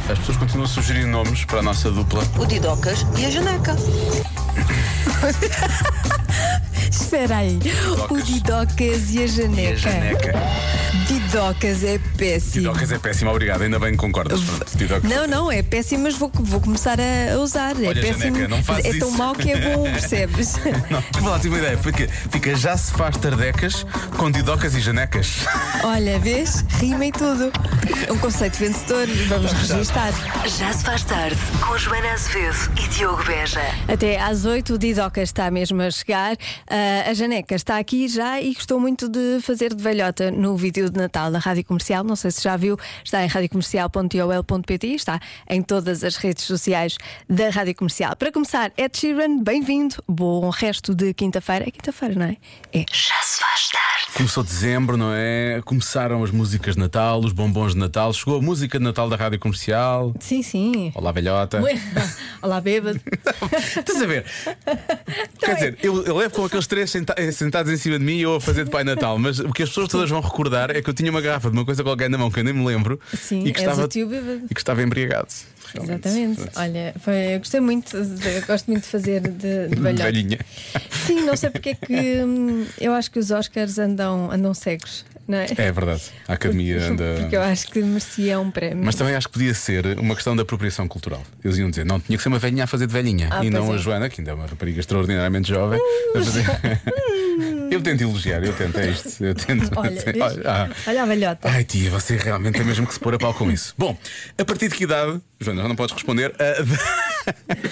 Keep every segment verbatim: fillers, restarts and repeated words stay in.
As pessoas continuam a sugerir nomes para a nossa dupla. O Didocas e a Janeca. Espera aí. Didocas. O Didocas e a Janeca. E a Janeca. Didocas é péssimo. Didocas é péssimo, obrigado. Ainainda bem que concordas. Pronto, Didocas. Não, não, é péssimo, mas vou, vou começar a usar. É Olha, péssimo. Janeca, não fazes é tão isso. mau que é bom, percebes? Não, vou lá, tive uma ideia. Fica, fica já se faz tardecas com Didocas e Janecas. Olha, vês? Rima e tudo. Um conceito vencedor, vamos registar. Já se faz tarde com Joana Azevedo e Diogo Beja. Até às oito, o Didoca está mesmo a chegar. Uh, a Janeca está aqui já e gostou muito de fazer de velhota no vídeo de Natal da Rádio Comercial. Não sei se já viu, está em radiocomercial ponto i o l ponto p t, está em todas as redes sociais da Rádio Comercial. Para começar, Ed Sheeran, bem-vindo. Bom resto de quinta-feira. É quinta-feira, não é? É. Já se faz tarde. Começou dezembro, não é? Começaram as músicas de Natal, os bombons de Natal. Chegou a música de Natal da Rádio Comercial. Sim, sim. Olá, velhota. Olá, bêbado. Estás a ver? Quer dizer, eu, eu levo com aqueles três senta sentados em cima de mim e eu a fazer de Pai Natal. Mas o que as pessoas todas vão recordar é que eu tinha uma garrafa de uma coisa qualquer na mão que eu nem me lembro. Sim, e que és estava, o tio bêbado. e que estava embriagado. Realmente. Exatamente. Olha, foi, eu gostei muito, de, eu gosto muito de fazer de, de velhota. Velhinha. Sim, não sei porque é que hum, eu acho que os Oscars andam, andam cegos, não é? É verdade. A academia anda. Porque eu acho que merecia um prémio. Mas também acho que podia ser uma questão de apropriação cultural. Eles iam dizer, não, tinha que ser uma velhinha a fazer de velhinha. Ah, e não pois a é. Joana, que ainda é uma rapariga extraordinariamente jovem. a fazer... eu tento elogiar, eu tento, é isto. Eu tento. Olha, eu tento. vês? Olha, ah. Olha a velhota. Ai, tia, você realmente tem mesmo que se pôr a pau com isso. Bom, a partir de que idade, Joana, já não podes responder. Uh,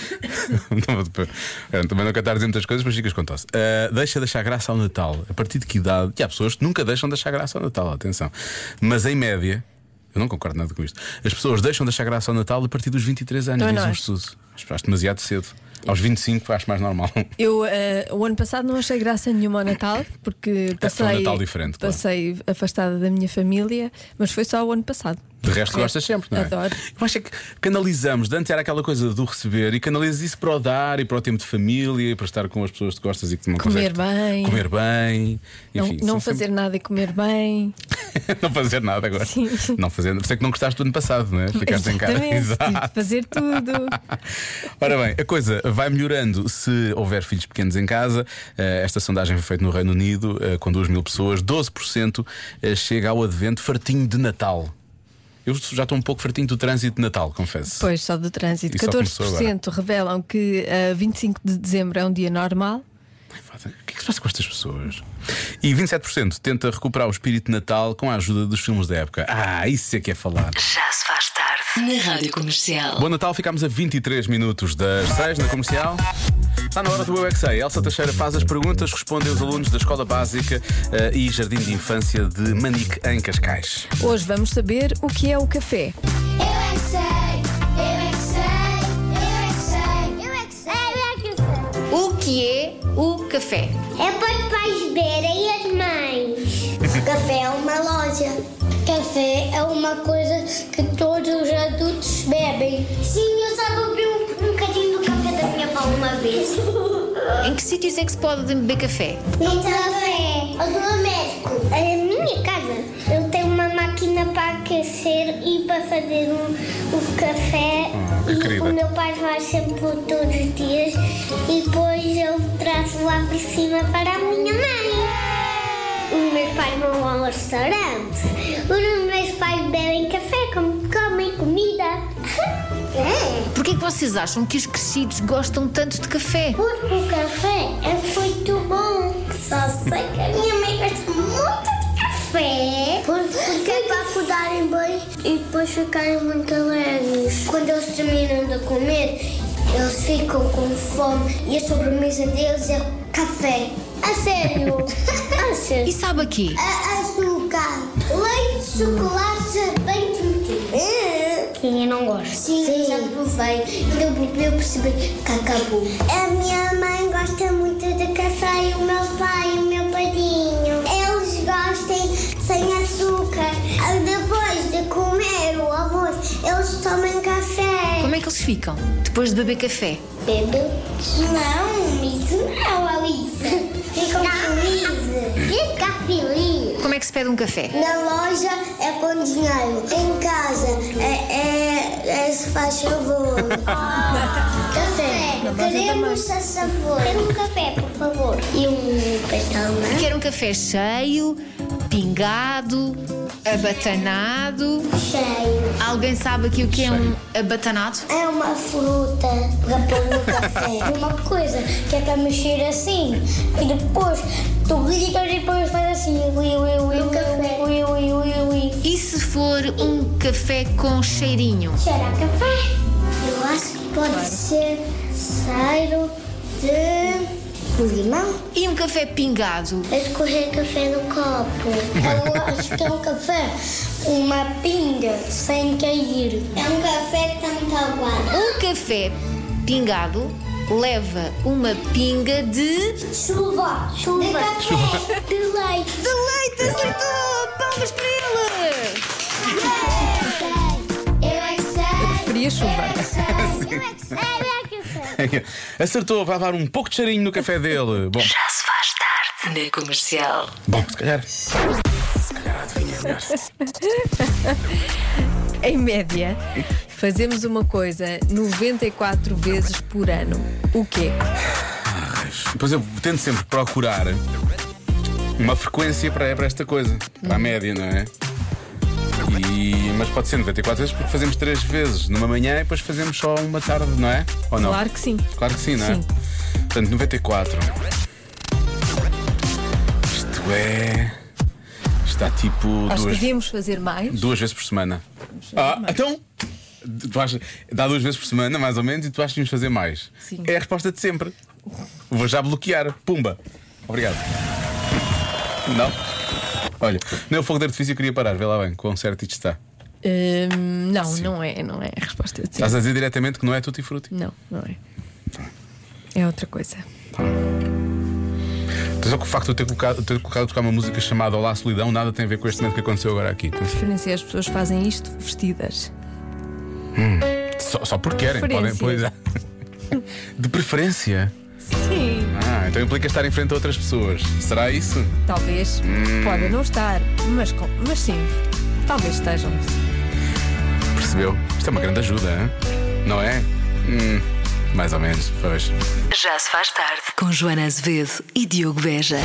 não, também não quero estar a dizer muitas coisas, mas ficas com tosse. Uh, deixa deixar graça ao Natal. A partir de que idade? Que há pessoas que nunca deixam deixar graça ao Natal, atenção. Mas em média, eu não concordo nada com isto. As pessoas deixam deixar graça ao Natal a partir dos vinte e três anos, Não, diz não um acho. estudo. Esperaste demasiado cedo. Aos vinte e cinco acho mais normal. Eu uh, o ano passado não achei graça nenhuma ao Natal, porque passei, Foi um Natal diferente, claro. passei afastada da minha família, mas foi só o ano passado. De resto, gostas sempre, não é? Adoro. Eu acho é que canalizamos, de antes era aquela coisa do receber, e canalizas isso para o dar e para o tempo de família e para estar com as pessoas que gostas e que não Comer consegues bem. Comer bem. Enfim, não não são fazer sempre... nada e comer bem. Não fazer nada agora. Sim. Não fazer. Sei que não gostaste do ano passado, não é? Ficaste em casa. Exatamente, tive de Exato. fazer tudo. Ora bem, a coisa vai melhorando se houver filhos pequenos em casa. Esta sondagem foi feita no Reino Unido com duas mil pessoas. doze por cento chega ao advento fartinho de Natal. Eu já estou um pouco fartinho do trânsito de Natal, confesso. Pois, só do trânsito. E só catorze começou por cento revelam que uh, vinte e cinco de dezembro é um dia normal. O que é que se passa com estas pessoas? E vinte e sete por cento tenta recuperar o espírito de Natal com a ajuda dos filmes da época. Ah, isso é que é falar. Já se faz tarde na Rádio Comercial. Bom Natal, ficámos a vinte e três minutos das seis na Comercial. Está na hora do Eu é Que Sei. Elsa Teixeira faz as perguntas, respondem os alunos da Escola Básica uh, e Jardim de Infância de Manique, em Cascais. Hoje vamos saber o que é o café. Eu é que sei, eu é que sei, eu é que sei, eu é que sei, eu é que sei. O que é o café? É para os pais beberem e as mães. Café é uma loja. Café é uma coisa que todos os adultos bebem. Sim, eu só bebi um, um bocadinho do café da minha avó uma vez. Em que sítios é que se pode beber café? No café, ou no médico. A minha casa, eu tenho uma máquina para aquecer e para fazer o, o café. Oh, que e querida. o meu pai faz sempre todos os dias. E depois eu trago lá por cima para a minha mãe. Os meus pais vão ao restaurante. Os meus pais bebem café, como comem comida. É. Porquê que vocês acham que os crescidos gostam tanto de café? Porque o café é muito bom. Só sei que a minha mãe gosta muito de café. Porque é para acordarem bem e depois ficarem muito alegres. Quando eles terminam de comer, eles ficam com fome e a sobremesa deles é café. A sério? A sério? E sabe a quê? A açúcar, leite, chocolate, bem tudo. Sim, eu não gosto. Sim, Sim. já provei. Quando eu bebi, eu percebi que acabou. A minha mãe gosta muito de café e o meu pai e o meu padrinho. Eles gostam sem açúcar. Depois de comer o almoço, eles tomam café. Como é que eles ficam depois de beber café? Bebê? Não, isso não, Alisa. Ficam felizes. Fica feliz. Como é que se pede um café? Na loja é com dinheiro. Em casa é, é É, se faz favor. Café. Queremos a sabor. Quero um café, por favor. E um pastel, não é? Quero um café cheio, pingado, abatanado. Cheio. Alguém sabe aqui o que é um abatanado? É uma fruta para pôr no café. Uma coisa que é para mexer assim. E depois tu ligas e depois faz assim. Ui, ui, ui, ui, café. Ui, ui, ui, ui. E se for um café com cheirinho? Cheira a café? Eu acho que pode ser cheiro de limão. E um café pingado? É escorrer café no copo. Eu acho que é um café, uma pinga sem cair. É um café que está muito aguado. Um café pingado leva uma pinga de... Chuva. Chuva. De café. De leite. De leite, acertou! Palmas para ele! Eu é que sei. Preferia chuva. Eu é que sei. Eu é que sei. Eu é que sei. Acertou, vai dar um pouco de cheirinho no café dele. Bom, Já se faz tarde na Comercial. bom, se calhar. Se calhar adivinha melhor. Em média, fazemos uma coisa noventa e quatro vezes por ano. O quê? Depois eu tento sempre procurar uma frequência para, para esta coisa, para a média, não é? E, mas pode ser noventa e quatro vezes porque fazemos três vezes numa manhã e depois fazemos só uma tarde, não é? Ou não? Claro que sim. Claro que sim, não é? Sim. Portanto, noventa e quatro. Isto é. Está tipo Acho que duas, devíamos fazer mais. duas vezes por semana. Ah, então. Tu achas, dá duas vezes por semana, mais ou menos, e tu achas que devíamos fazer mais? Sim. É a resposta de sempre. Vou já bloquear. Pumba. Obrigado. Não? Olha, nem o fogo de artifício eu queria parar, vê lá bem, quão certo isto está. Hum, não, não é, não é a resposta de Estás sempre. a dizer diretamente que não é tutti frutti. Não, não é. É outra coisa. Atenção que o facto de eu ter colocado, ter colocado a tocar uma música chamada Olá Solidão nada tem a ver com este momento que aconteceu agora aqui. Preferência, as pessoas fazem isto vestidas. Só, só porque querem, podem. Preferência. Pois é. De preferência. Sim. Ah, então implica estar em frente a outras pessoas. Será isso? Talvez. Podem não estar, mas, com- mas sim. Talvez estejam. Percebeu? Isto é uma grande ajuda, hein? Não é? Hum, mais ou menos, pois. Já se faz tarde com Joana Azevedo e Diogo Beja.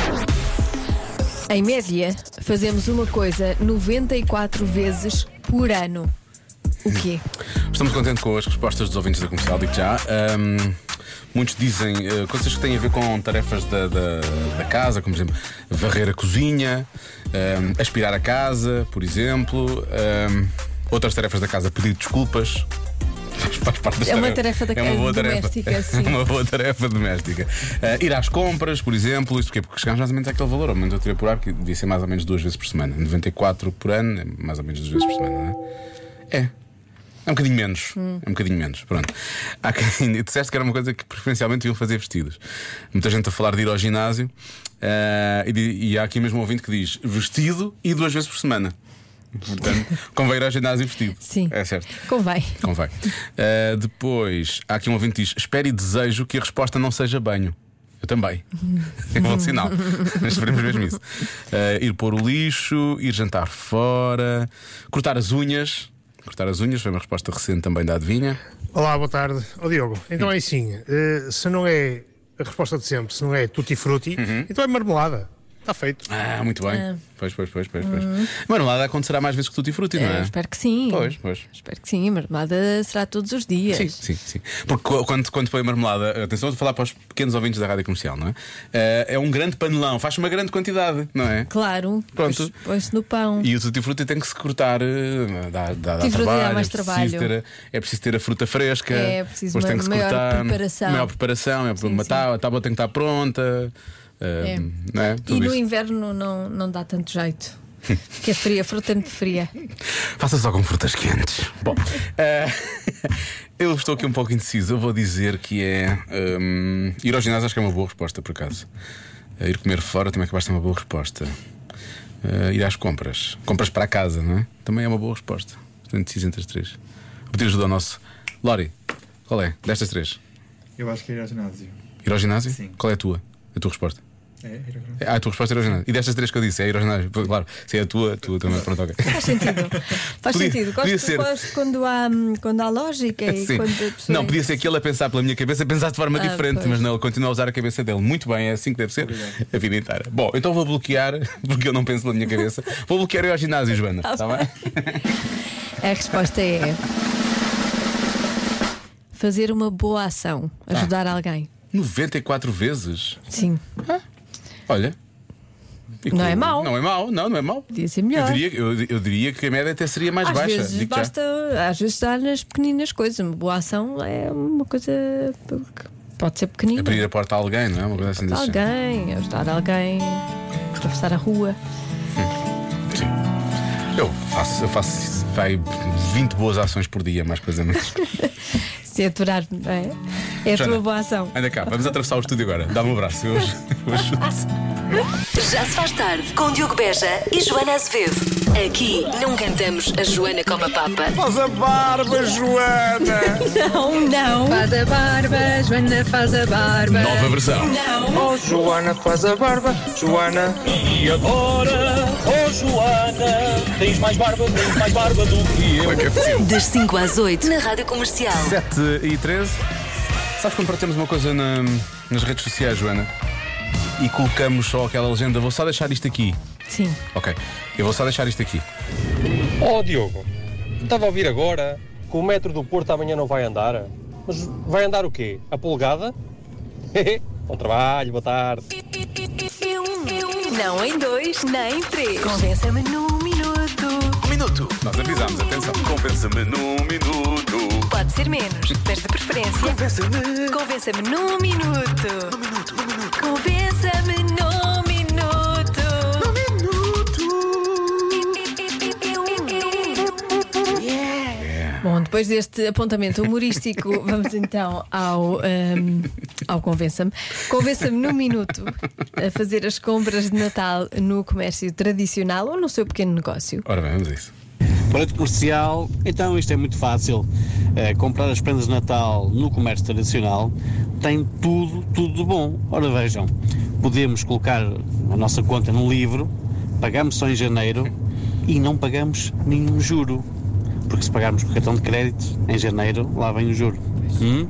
Em média, fazemos uma coisa noventa e quatro vezes por ano. O quê? Estamos contentes com as respostas dos ouvintes da Comercial, digo já. Ahm, muitos dizem uh, coisas que têm a ver com tarefas da, da, da casa, como por exemplo varrer a cozinha, ahm, aspirar a casa, por exemplo. Ahm, outras tarefas da casa, pedir desculpas. Faz parte das É uma tarefas. tarefa da É uma boa doméstica, tarefa. sim. É uma boa tarefa doméstica. Uh, ir às compras, por exemplo, isto porquê? Porque chegamos mais ou menos àquele valor. Ao momento eu tive a apurar que devia ser mais ou menos duas vezes por semana. noventa e quatro por ano, é mais ou menos duas vezes por semana, não é? É. É um bocadinho menos. Hum. É um bocadinho menos. Pronto. Há quem disseste que era uma coisa que preferencialmente iam fazer vestidos. Muita gente a falar de ir ao ginásio. uh, e, di- e há aqui mesmo um ouvinte que diz vestido e duas vezes por semana. Portanto, convém ir ao ginásio vestido. Sim. É certo. Convém. Convém. Uh, depois, há aqui um ouvinte que diz: espere e desejo que a resposta não seja banho. Eu também. É bom sinal. Mas esperemos mesmo isso. Uh, ir pôr o lixo, ir jantar fora, cortar as unhas. Cortar as unhas foi uma resposta recente também da adivinha. Olá, boa tarde. Ó Diogo, então é assim, eh, se não é a resposta de sempre, se não é tutti frutti, então é marmelada. Está feito. Ah, muito bem. Pois, pois, pois, pois, pois. Marmelada acontecerá mais vezes que tutti frutti, não Eh, é? espero que sim. Pois, pois. Espero que sim. A marmelada será todos os dias. Sim, sim, sim. Porque co- quando, quando põe marmelada, atenção, vou falar para os pequenos ouvintes da rádio comercial, não é? Eh, é um grande panelão, faz uma grande quantidade, não é? Claro. Pronto. Pois põe-se no pão. E o tutti frutti tem que se cortar, eh, dá, dá, dá Tutti frutti dá trabalho, mais é preciso trabalho. ter a- é preciso ter a fruta fresca, É preciso depois uma tem que se maior cortar, preparação. maior preparação, é Sim, uma sim. tábua, a tábua tem que estar pronta, eh, É. não é? E Tudo no isso. inverno não, não dá tanto jeito. Que é fria, fruta muito fria. Faça só com frutas quentes. Bom, eh, eu estou aqui um pouco indeciso. Eu vou dizer que é hum, ir ao ginásio, acho que é uma boa resposta, por acaso. Eh, ir comer fora também acabaste de ter uma boa resposta. Eh, ir às compras, compras para a casa, não é? Também é uma boa resposta. Estou indeciso entre as três. Vou pedir ajuda ao nosso Lori. Qual é? Destas três? Eu acho que é ir ao ginásio. Ir ao ginásio? Sim. Qual é a tua? A tua resposta? Ah, a tua resposta é ir ao ginásio. E destas três que eu disse, é ir ao ginásio. Claro, se é a tua, a tua também. Pronto, ok. Faz sentido. Faz Podia- sentido. podia Gosto, ser. gosto quando, há, hum, quando há lógica e Sim. quando a pessoa... Não, podia ser que ele a pensar pela minha cabeça, a pensar de forma Ah, diferente, pois. mas não, ele continua a usar a cabeça dele. Muito bem, é assim que deve ser a vida inteira. Bom, então vou bloquear, porque eu não penso pela minha cabeça. Vou bloquear eu ao ginásio, Joana. Está bem? A resposta é fazer uma boa ação, ajudar alguém. noventa e quatro vezes. Sim, Olha. E Não com- é mau. Não é mau, não, não é mau. podia ser Eu melhor. diria, eu, eu diria que a média até seria mais Às baixa. vezes digo já. basta, às vezes está nas pequeninas coisas. Uma boa ação é uma coisa que pode ser pequenina. Abrir a porta a alguém, não é? Uma coisa assim desse género. Alguém, ajudar alguém a atravessar a rua. Sim. Eu faço, eu faço vai, vinte boas ações por dia, mais coisa menos. Se aturar, não é? É a Joana, tua boa ação. Anda cá, vamos atravessar o estúdio agora. Dá-me um abraço. Eu, eu ajudo. Já se faz tarde com Diogo Beja e Joana Azevedo. Aqui não cantamos a Joana como a Papa. Faz a barba, Joana! Não, não. Faz a barba, Joana faz a barba. Nova versão. Oh, Joana, faz a barba, Joana! E agora, oh, Joana, tens mais barba, tens mais barba do que eu. Como é que é possível? Das cinco às oito na Rádio Comercial. sete e treze. Sabes quando partilhamos uma coisa na- nas redes sociais, Joana? E colocamos só aquela legenda, vou só deixar isto aqui. Sim. Ok, eu vou só deixar isto aqui. Oh Diogo, estava a ouvir agora que o metro do Porto amanhã não vai andar. Mas vai andar o quê? A polegada? Bom trabalho, boa tarde. Não em dois, nem em três. Convença-me num minuto. Um minuto. Nós avisámos, atenção. Convença-me num minuto. Pode ser menos, mas de preferência. Convença-me. Convença-me num minuto. Num minuto, num minuto. Convença-me num minuto. Bom, depois deste apontamento humorístico, vamos então ao, um, ao Convença-me. Convença-me num minuto a fazer as compras de Natal no comércio tradicional ou no seu pequeno negócio. Ora bem, vamos a isso. Boa noite, comercial. Então isto é muito fácil. Eh, comprar as prendas de Natal no comércio tradicional tem tudo, tudo de bom. Ora vejam, podemos colocar a nossa conta num livro, pagamos só em janeiro e não pagamos nenhum juro. Porque se pagarmos por cartão de crédito, em janeiro, lá vem o juro. Hum?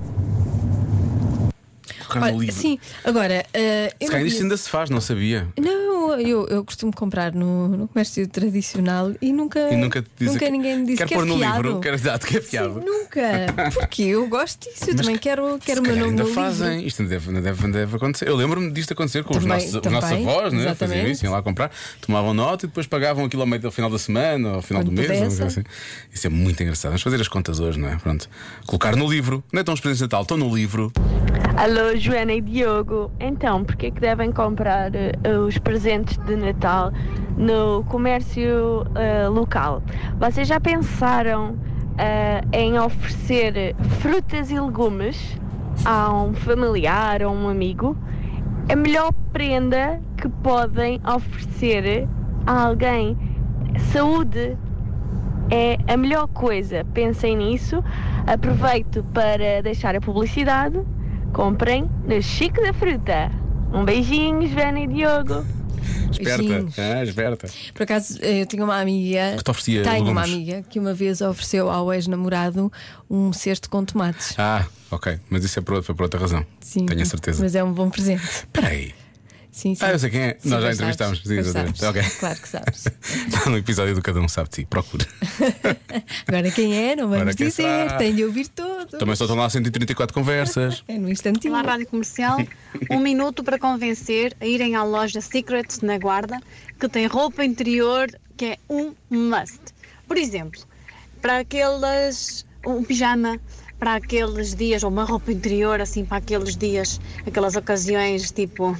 Colocar Olha, no livro. sim, agora. uh, eu Se não calhar isto conheço- ainda se faz, não sabia. Não, eu, eu costumo comprar no, no comércio tradicional e nunca, E nunca te dizem nunca que- ninguém me disse quer que pôr é no fiado. livro, quer exato, que é fiado. Sim, nunca. Porque eu gosto disso, eu Mas também quero, quero o Se meu calhar nome ainda no fazem, livro. isto ainda deve, ainda deve, deve acontecer. Eu lembro-me disto acontecer com os Também- nossos, os também, nossos avós, né? Faziam exatamente. isso, iam lá comprar, tomavam nota e depois pagavam aquilo ao, meio, ao final da semana, ou ao final Quando do mês. ou uma pudesse. coisa assim. Isso é muito engraçado. Vamos fazer as contas hoje, não é? Pronto. Colocar no livro. Não é tão os presentes de Natal, estão no livro. Alô, Joana e Diogo. Então, porquê é que devem comprar eh, os presentes de Natal no comércio eh, local? Vocês já pensaram eh, em oferecer frutas e legumes a um familiar ou um amigo? A melhor prenda que podem oferecer a alguém. Saúde é a melhor coisa. Pensem nisso. Aproveito para deixar a publicidade. Comprem no Chico da Fruta. Um beijinho, Joana e Diogo. Esperta. Beijinhos. Ah, esperta. Por acaso, eu tinha uma amiga. Que te oferecia Tenho uma legumes. amiga que uma vez ofereceu ao ex-namorado um cesto com tomates. Ah, ok. Mas isso é por, foi por outra razão. Sim, Tenho a certeza. Mas é um bom presente. Espera aí. Sim, sim. Ah, eu sei quem é. Sim, Nós já pois entrevistámos. sabes, Sim, pois exatamente. sabes. Ok. Claro que sabes. Está no episódio do Cada Um Sabe de Si. Procure. Agora quem é, não vamos Agora quem dizer. será? Tem de ouvir todos. Também só estão lá cento e trinta e quatro conversas. É no instantinho. Olá, Rádio Comercial. Um minuto para convencer a irem à loja Secret na Guarda, que tem roupa interior que é um must. Por exemplo, para aqueles. um pijama, para aqueles dias, ou uma roupa interior, assim, para aqueles dias, aquelas ocasiões tipo.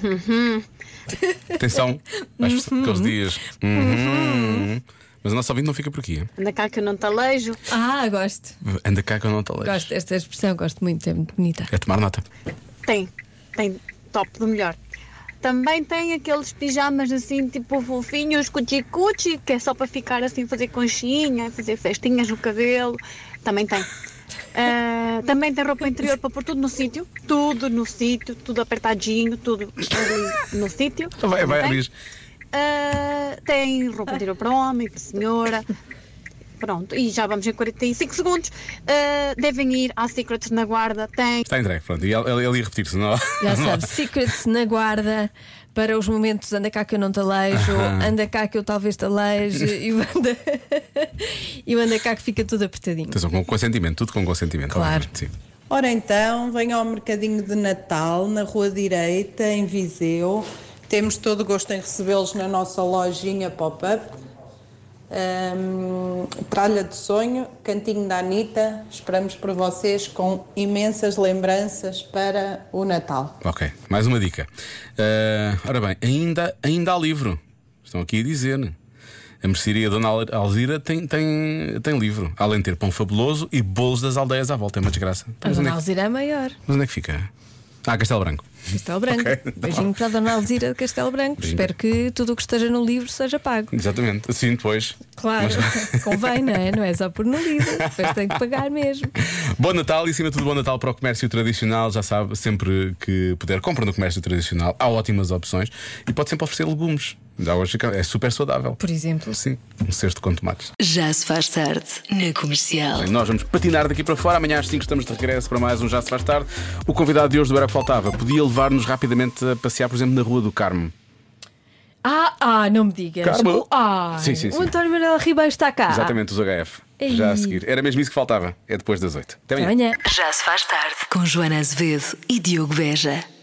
Atenção, às- aqueles dias. Uhum. Mas o nosso ouvinte não fica por aqui. Hein? Anda cá que eu não te alejo. Ah, gosto. Anda cá que eu não te alejo. Gosto desta expressão, gosto muito, é muito bonita. É tomar nota. Tem, tem top do melhor. Também tem aqueles pijamas assim, tipo fofinhos, cuchi-cuchi, que é só para ficar assim, fazer conchinha, fazer festinhas no cabelo. Também tem. Uh, também tem roupa interior para pôr tudo no sítio, tudo no sítio, tudo apertadinho, tudo ali no sítio. Vai, vai, Luís. Uh, tem roupa interior para homem, para senhora. Pronto, e já vamos em quarenta e cinco segundos. Uh, devem ir à Secrets na Guarda. Tem. Está entregue, pronto. E ele, ele ia repetir-se, não? Já sabe, Secrets na Guarda. Para os momentos anda cá que eu não te alejo, uh-huh. anda cá que eu talvez te aleje e o anda... e o anda cá que fica tudo apertadinho. Atenção, com consentimento, tudo com consentimento. Claro. Sim. Ora então, venham ao mercadinho de Natal na Rua Direita, em Viseu. Temos todo o gosto em recebê-los na nossa lojinha pop-up. Um, Tralha de Sonho, Cantinho da Anitta. Esperamos por vocês com imensas lembranças para o Natal. Ok, mais uma dica. Uh, ora bem, ainda, ainda há livro. Estão aqui a dizer. A mercearia Dona Alzira tem, tem, tem livro. Além de ter pão fabuloso e bolos das aldeias à volta. É uma desgraça. A Dona Alzira é maior. Mas onde é que fica? Ah, Castelo Branco. Castelo Branco. Okay. Beijinho para a Dona Alzira de Castelo Branco. Beijinho. Espero que tudo o que esteja no livro seja pago. Exatamente, assim depois. Claro, mas... convém, não é? Não é só por no livro, depois tem que pagar mesmo. Bom Natal e, acima de tudo, bom Natal para o comércio tradicional. Já sabe, sempre que puder, compra no comércio tradicional. Há ótimas opções e pode sempre oferecer legumes. Já hoje é super saudável. Por exemplo? Sim, um cesto com tomates. Já se faz tarde na Comercial. Bem, nós vamos patinar daqui para fora. Amanhã às cinco estamos de regresso para mais um Já se faz tarde. O convidado de hoje do Era que Faltava podia levar-nos rapidamente a passear, por exemplo, na Rua do Carmo. Ah, ah, não me digas. Carmo. Ah, sim, sim, sim. O António Manuel Ribeiro está cá. Exatamente, os H F. Ei. Já a seguir. Era mesmo isso que faltava. É depois das oito. Até amanhã. Até amanhã. Já se faz tarde com Joana Azevedo e Diogo Beja.